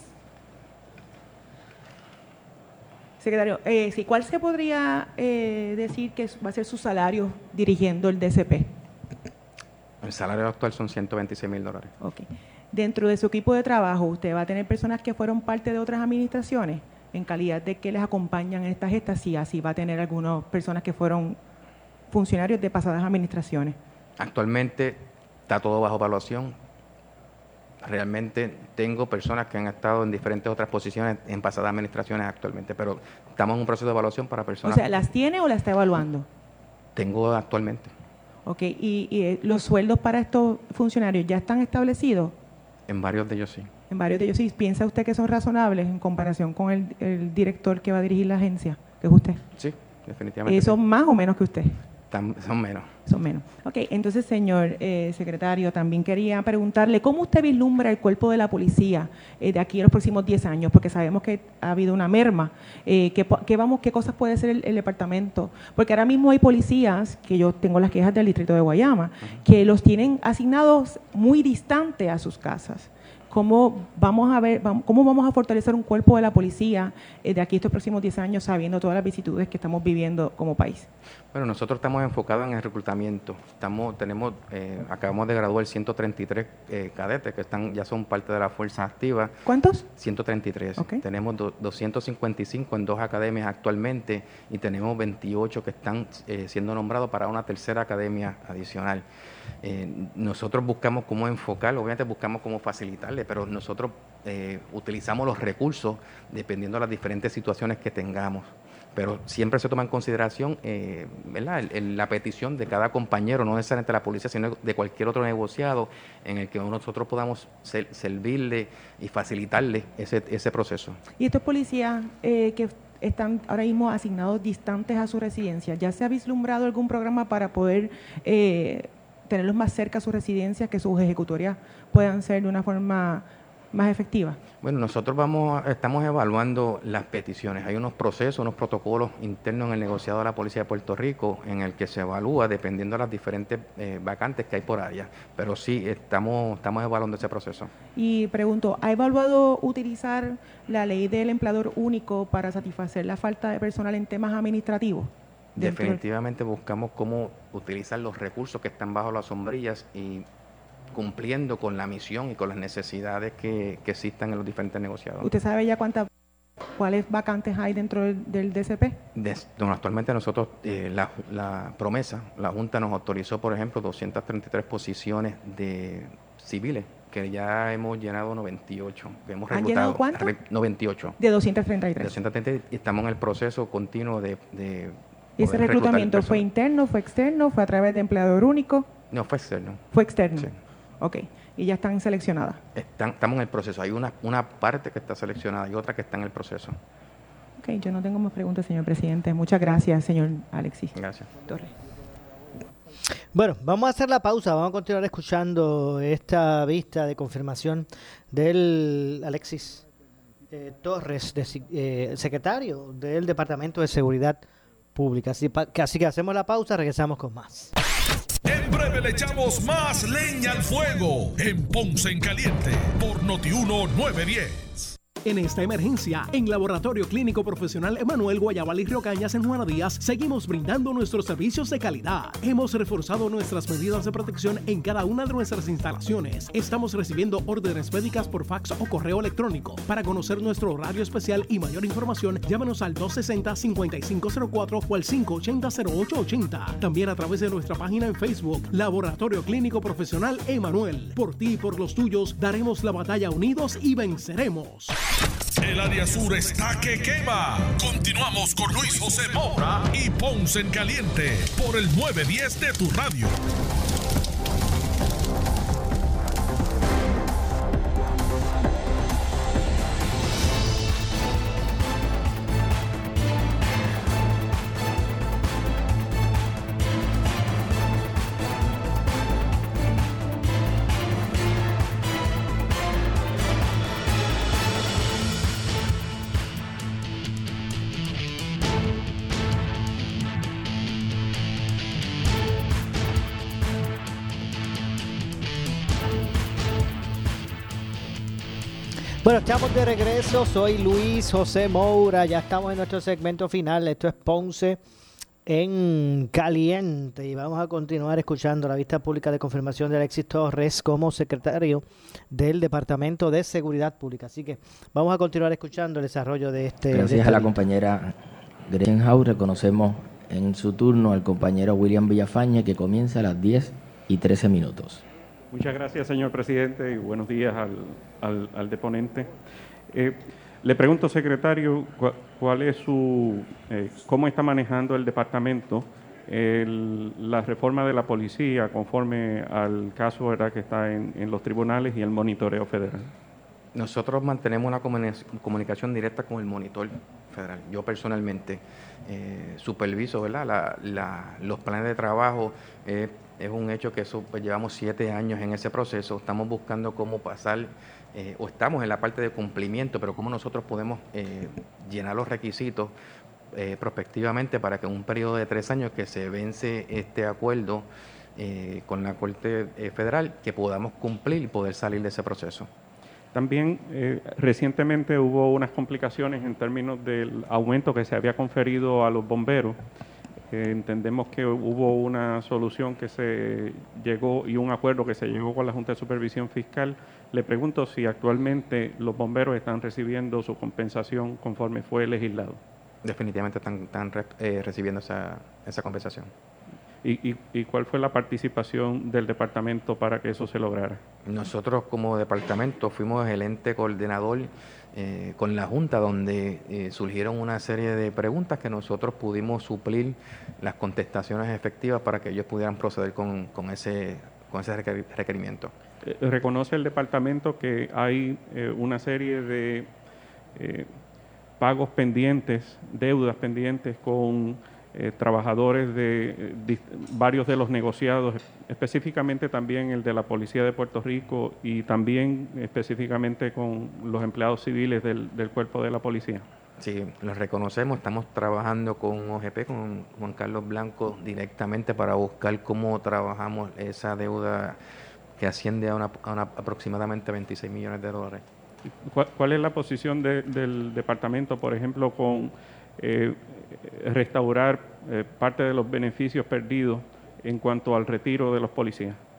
secretario, eh, sí, cuál se podría eh, decir que va a ser su salario dirigiendo el D C P? El salario actual son ciento veintiséis mil dólares. Ok. Dentro de su equipo de trabajo, ¿usted va a tener personas que fueron parte de otras administraciones en calidad de que les acompañan en estas gestas? Sí, así va a tener algunas personas que fueron funcionarios de pasadas administraciones. Actualmente está todo bajo evaluación. Realmente tengo personas que han estado en diferentes otras posiciones en pasadas administraciones actualmente, pero estamos en un proceso de evaluación para personas. O sea, ¿las tiene o las está evaluando? Tengo actualmente. Ok, ¿y, y los sueldos para estos funcionarios ya están establecidos? En varios de ellos sí. En varios de ellos sí. ¿Piensa usted que son razonables en comparación con el, el director que va a dirigir la agencia, que es usted? Sí, definitivamente. Eh, ¿Son sí. más o menos que usted? Tam, son menos. Son menos. Ok, entonces, señor eh, secretario, también quería preguntarle, ¿cómo usted vislumbra el cuerpo de la policía eh, de aquí a los próximos diez años? Porque sabemos que ha habido una merma. Eh, ¿qué, qué, vamos, ¿Qué cosas puede hacer el, el departamento? Porque ahora mismo hay policías, que yo tengo las quejas del distrito de Guayama, uh-huh. que los tienen asignados muy distante a sus casas. ¿Cómo vamos a ver, vamos, cómo vamos a fortalecer un cuerpo de la policía eh, de aquí a estos próximos diez años, sabiendo todas las vicisitudes que estamos viviendo como país? Bueno, nosotros estamos enfocados en el reclutamiento. Estamos, tenemos, eh, acabamos de graduar ciento treinta y tres eh, cadetes que están, ya son parte de la fuerza activa. ¿Cuántos? ciento treinta y tres. Okay. Tenemos do, doscientos cincuenta y cinco en dos academias actualmente y tenemos veintiocho que están eh, siendo nombrados para una tercera academia adicional. Eh, nosotros buscamos cómo enfocar, obviamente buscamos cómo facilitarle, pero nosotros eh, utilizamos los recursos dependiendo de las diferentes situaciones que tengamos. Pero siempre se toma en consideración eh, ¿verdad? El, el, la petición de cada compañero, no necesariamente de la policía, sino de cualquier otro negociado en el que nosotros podamos ser, servirle y facilitarle ese, ese proceso. ¿Y estos policías eh, que están ahora mismo asignados distantes a su residencia, ya se ha vislumbrado algún programa para poder eh, tenerlos más cerca a su residencia, que sus ejecutorias puedan ser de una forma más efectiva? Bueno, nosotros vamos, estamos evaluando las peticiones. Hay unos procesos, unos protocolos internos en el negociado de la Policía de Puerto Rico en el que se evalúa dependiendo de las diferentes eh, vacantes que hay por área. Pero sí, estamos, estamos evaluando ese proceso. Y pregunto, ¿ha evaluado utilizar la ley del empleador único para satisfacer la falta de personal en temas administrativos? Definitivamente buscamos cómo utilizar los recursos que están bajo las sombrillas y cumpliendo con la misión y con las necesidades que, que existan en los diferentes negociados. ¿Usted sabe ya cuántas ¿Cuáles vacantes hay dentro del, del D C P? Des, bueno, actualmente nosotros, eh, la, la promesa, la Junta nos autorizó, por ejemplo, doscientas treinta y tres posiciones de civiles, que ya hemos llenado noventa y ocho. Que hemos ¿Han llenado cuánto? Re, noventa y ocho. De doscientas treinta y tres. De doscientas treinta y tres, y estamos en el proceso continuo de... de ¿Y ese reclutamiento fue interno, fue externo, fue a través de empleador único? No, fue externo. Fue externo. Sí. Ok. ¿Y ya están seleccionadas? Están, estamos en el proceso. Hay una, una parte que está seleccionada y otra que está en el proceso. Ok, yo no tengo más preguntas, señor presidente. Muchas gracias, señor Alexis. Gracias. Torres. Bueno, vamos a hacer la pausa. Vamos a continuar escuchando esta vista de confirmación del Alexis Eh, Torres, de, eh, secretario del Departamento de Seguridad Pública. Así, pa, que, así que hacemos la pausa, regresamos con más. En breve le echamos más leña al fuego en Ponce en Caliente por Noti uno nueve diez. En esta emergencia, en Laboratorio Clínico Profesional Emanuel Guayabal y Río Cañas en Juana Díaz, seguimos brindando nuestros servicios de calidad. Hemos reforzado nuestras medidas de protección en cada una de nuestras instalaciones. Estamos recibiendo órdenes médicas por fax o correo electrónico. Para conocer nuestro horario especial y mayor información, llámanos al dos sesenta, cincuenta y cinco cero cuatro o al cinco ochenta, cero ocho ochenta. También a través de nuestra página en Facebook, Laboratorio Clínico Profesional Emanuel. Por ti y por los tuyos, daremos la batalla unidos y venceremos. El área sur está que quema. Continuamos con Luis José Moura y Ponce en Caliente por el nueve diez de tu radio. Bueno, estamos de regreso. Soy Luis José Moura. Ya estamos en nuestro segmento final. Esto es Ponce en Caliente. Y vamos a continuar escuchando la vista pública de confirmación de Alexis Torres como secretario del Departamento de Seguridad Pública. Así que vamos a continuar escuchando el desarrollo de este. Gracias de esta a la línea. compañera Gretchen House. Reconocemos en su turno al compañero William Villafañe, que comienza a las diez y trece minutos. Muchas gracias, señor presidente, y buenos días al, al, al deponente. Eh, le pregunto, secretario, cu cuál es su, eh, cómo está manejando el departamento el, la reforma de la policía conforme al caso, ¿verdad?, que está en, en los tribunales y el monitoreo federal. Nosotros mantenemos una comunicación directa con el monitor federal. Yo personalmente eh, superviso, ¿verdad?, la, la, los planes de trabajo. Eh, es un hecho que eso, pues, llevamos siete años en ese proceso. Estamos buscando cómo pasar, eh, o estamos en la parte de cumplimiento, pero cómo nosotros podemos eh, llenar los requisitos eh, prospectivamente para que en un periodo de tres años que se vence este acuerdo eh, con la Corte eh, Federal, que podamos cumplir y poder salir de ese proceso. También eh, recientemente hubo unas complicaciones en términos del aumento que se había conferido a los bomberos. Eh, entendemos que hubo una solución que se llegó y un acuerdo que se llegó con la Junta de Supervisión Fiscal. Le pregunto si actualmente los bomberos están recibiendo su compensación conforme fue legislado. Definitivamente están, están eh, recibiendo esa, esa compensación. ¿Y, y, ¿Y cuál fue la participación del departamento para que eso se lograra? Nosotros como departamento fuimos el ente coordinador eh, con la Junta, donde eh, surgieron una serie de preguntas que nosotros pudimos suplir las contestaciones efectivas para que ellos pudieran proceder con, con ese, con ese requerimiento. Eh, ¿Reconoce el departamento que hay eh, una serie de eh, pagos pendientes, deudas pendientes con Eh, trabajadores de, de varios de los negociados, específicamente también el de la Policía de Puerto Rico y también específicamente con los empleados civiles del, del cuerpo de la policía? Sí, los reconocemos. Estamos trabajando con O G P, con Juan Carlos Blanco, directamente para buscar cómo trabajamos esa deuda que asciende a, una, a una aproximadamente veintiséis millones de dólares. ¿Cuál, cuál es la posición de, del departamento, por ejemplo, con eh, restaurar eh, parte de los beneficios perdidos en cuanto al retiro de los policías?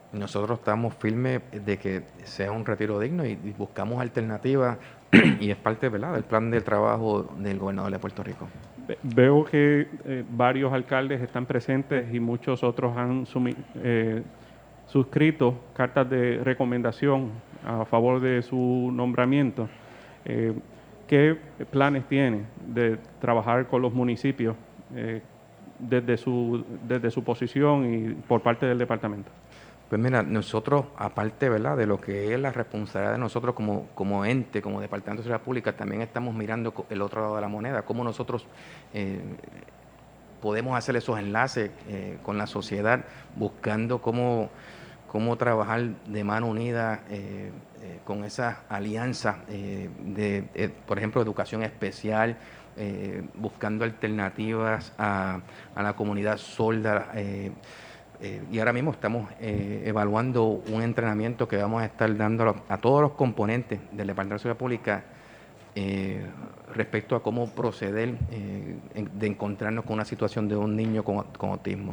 Nosotros estamos firmes de que sea un retiro digno y, y buscamos alternativas y es parte, ¿verdad?, del plan de trabajo del gobernador de Puerto Rico. Veo que eh, varios alcaldes están presentes y muchos otros han sumi- eh, suscrito cartas de recomendación a favor de su nombramiento. Eh, ¿Qué planes tiene de trabajar con los municipios eh, desde su, desde su posición y por parte del departamento? Pues mira, nosotros, aparte, ¿verdad?, de lo que es la responsabilidad de nosotros como, como ente, como Departamento de Seguridad Pública, también estamos mirando el otro lado de la moneda, cómo nosotros eh, podemos hacer esos enlaces eh, con la sociedad, buscando cómo, cómo trabajar de mano unida eh, eh, con esas alianzas eh, de, eh, por ejemplo, educación especial, eh, buscando alternativas a, a la comunidad sorda. Eh, Eh, y ahora mismo estamos eh, evaluando un entrenamiento que vamos a estar dando a, a todos los componentes del Departamento de Seguridad Pública eh, respecto a cómo proceder eh, en, de encontrarnos con una situación de un niño con, con autismo.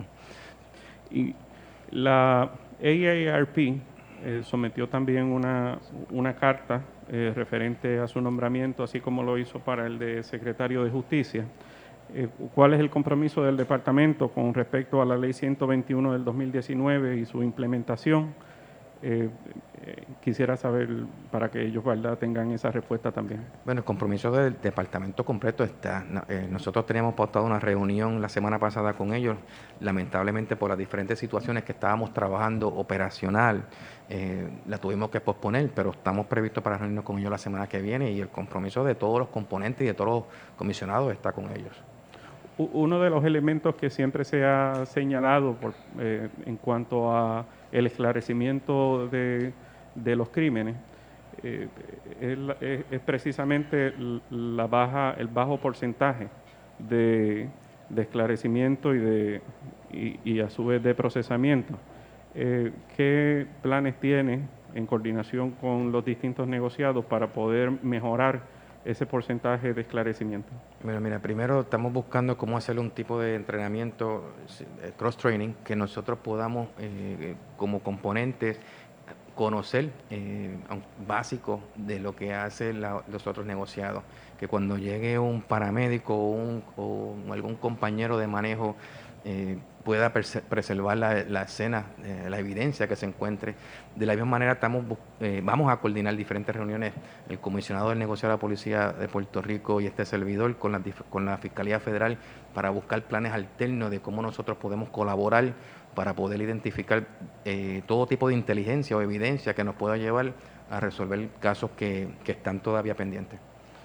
Y la A A R P eh, sometió también una, una carta eh, referente a su nombramiento, así como lo hizo para el de secretario de Justicia. Eh, ¿Cuál es el compromiso del departamento con respecto a la ley ciento veintiuno del dos mil diecinueve y su implementación? Eh, eh, quisiera saber para que ellos, ¿verdad?, tengan esa respuesta también. Bueno, el compromiso del departamento completo está. Eh, nosotros teníamos pautado una reunión la semana pasada con ellos. Lamentablemente, por las diferentes situaciones que estábamos trabajando operacional, eh, la tuvimos que posponer, pero estamos previstos para reunirnos con ellos la semana que viene y el compromiso de todos los componentes y de todos los comisionados está con ellos. Uno de los elementos que siempre se ha señalado por, eh, en cuanto a el esclarecimiento de, de los crímenes eh, es, es, es precisamente la baja, el bajo porcentaje de, de esclarecimiento y, de, y, y a su vez de procesamiento. Eh, ¿Qué planes tiene en coordinación con los distintos negociados para poder mejorar ese porcentaje de esclarecimiento? Mira, mira, primero estamos buscando cómo hacer un tipo de entrenamiento cross-training que nosotros podamos, eh, como componentes, conocer eh, básico de lo que hacen la, los otros negociados. Que cuando llegue un paramédico o, un, o algún compañero de manejo eh, pueda preservar la, la escena, eh, la evidencia que se encuentre. De la misma manera estamos eh, vamos a coordinar diferentes reuniones, el comisionado del negociado de la Policía de Puerto Rico y este servidor con la, con la Fiscalía Federal para buscar planes alternos de cómo nosotros podemos colaborar para poder identificar eh, todo tipo de inteligencia o evidencia que nos pueda llevar a resolver casos que, que están todavía pendientes.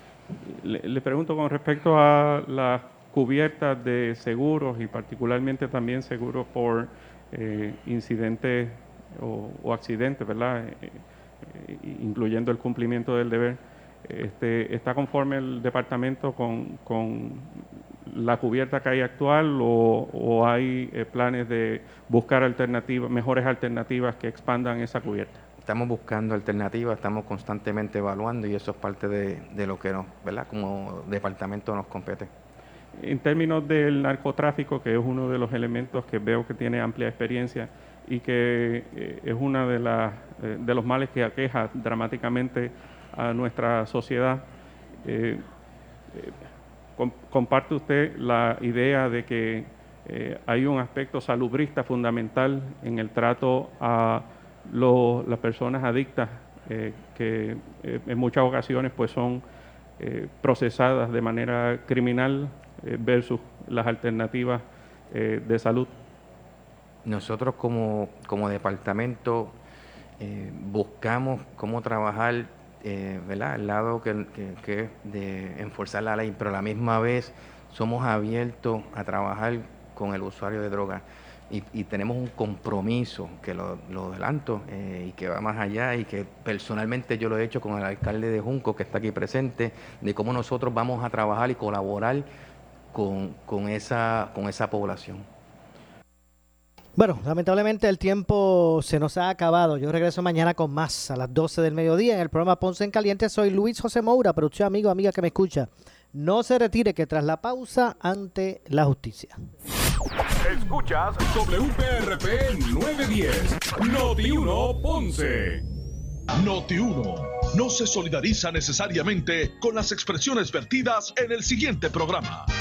Le, le pregunto con respecto a las cubiertas de seguros y particularmente también seguros por eh, incidentes o, o accidentes, ¿verdad? Eh, eh, incluyendo el cumplimiento del deber. Este, ¿Está conforme el departamento con, con la cubierta que hay actual o, o hay eh, planes de buscar alternativas, mejores alternativas que expandan esa cubierta? Estamos buscando alternativas, estamos constantemente evaluando y eso es parte de, de lo que nos, ¿verdad?, como departamento nos compete. En términos del narcotráfico, que es uno de los elementos que veo que tiene amplia experiencia y que eh, es uno de, las, eh, de los males que aqueja dramáticamente a nuestra sociedad, eh, eh, com- ¿comparte usted la idea de que eh, hay un aspecto salubrista fundamental en el trato a lo, las personas adictas eh, que eh, en muchas ocasiones pues son eh, procesadas de manera criminal eh, versus las alternativas eh, de salud? Nosotros como, como departamento eh, buscamos cómo trabajar eh, ¿verdad?, al lado que, que, que es de enforzar la ley, pero a la misma vez somos abiertos a trabajar con el usuario de drogas. Y, y tenemos un compromiso que lo, lo adelanto eh, y que va más allá y que personalmente yo lo he hecho con el alcalde de Junco que está aquí presente, de cómo nosotros vamos a trabajar y colaborar con, con, esa, con esa población. Bueno, lamentablemente el tiempo se nos ha acabado. Yo regreso mañana con más a las doce del mediodía en el programa Ponce en Caliente. Soy Luis José Moura, producción, amigo, amiga que me escucha. No se retire, que tras la pausa ante la justicia. Escuchas W P R P novecientos diez, Noti uno Ponce. Noti uno no se solidariza necesariamente con las expresiones vertidas en el siguiente programa.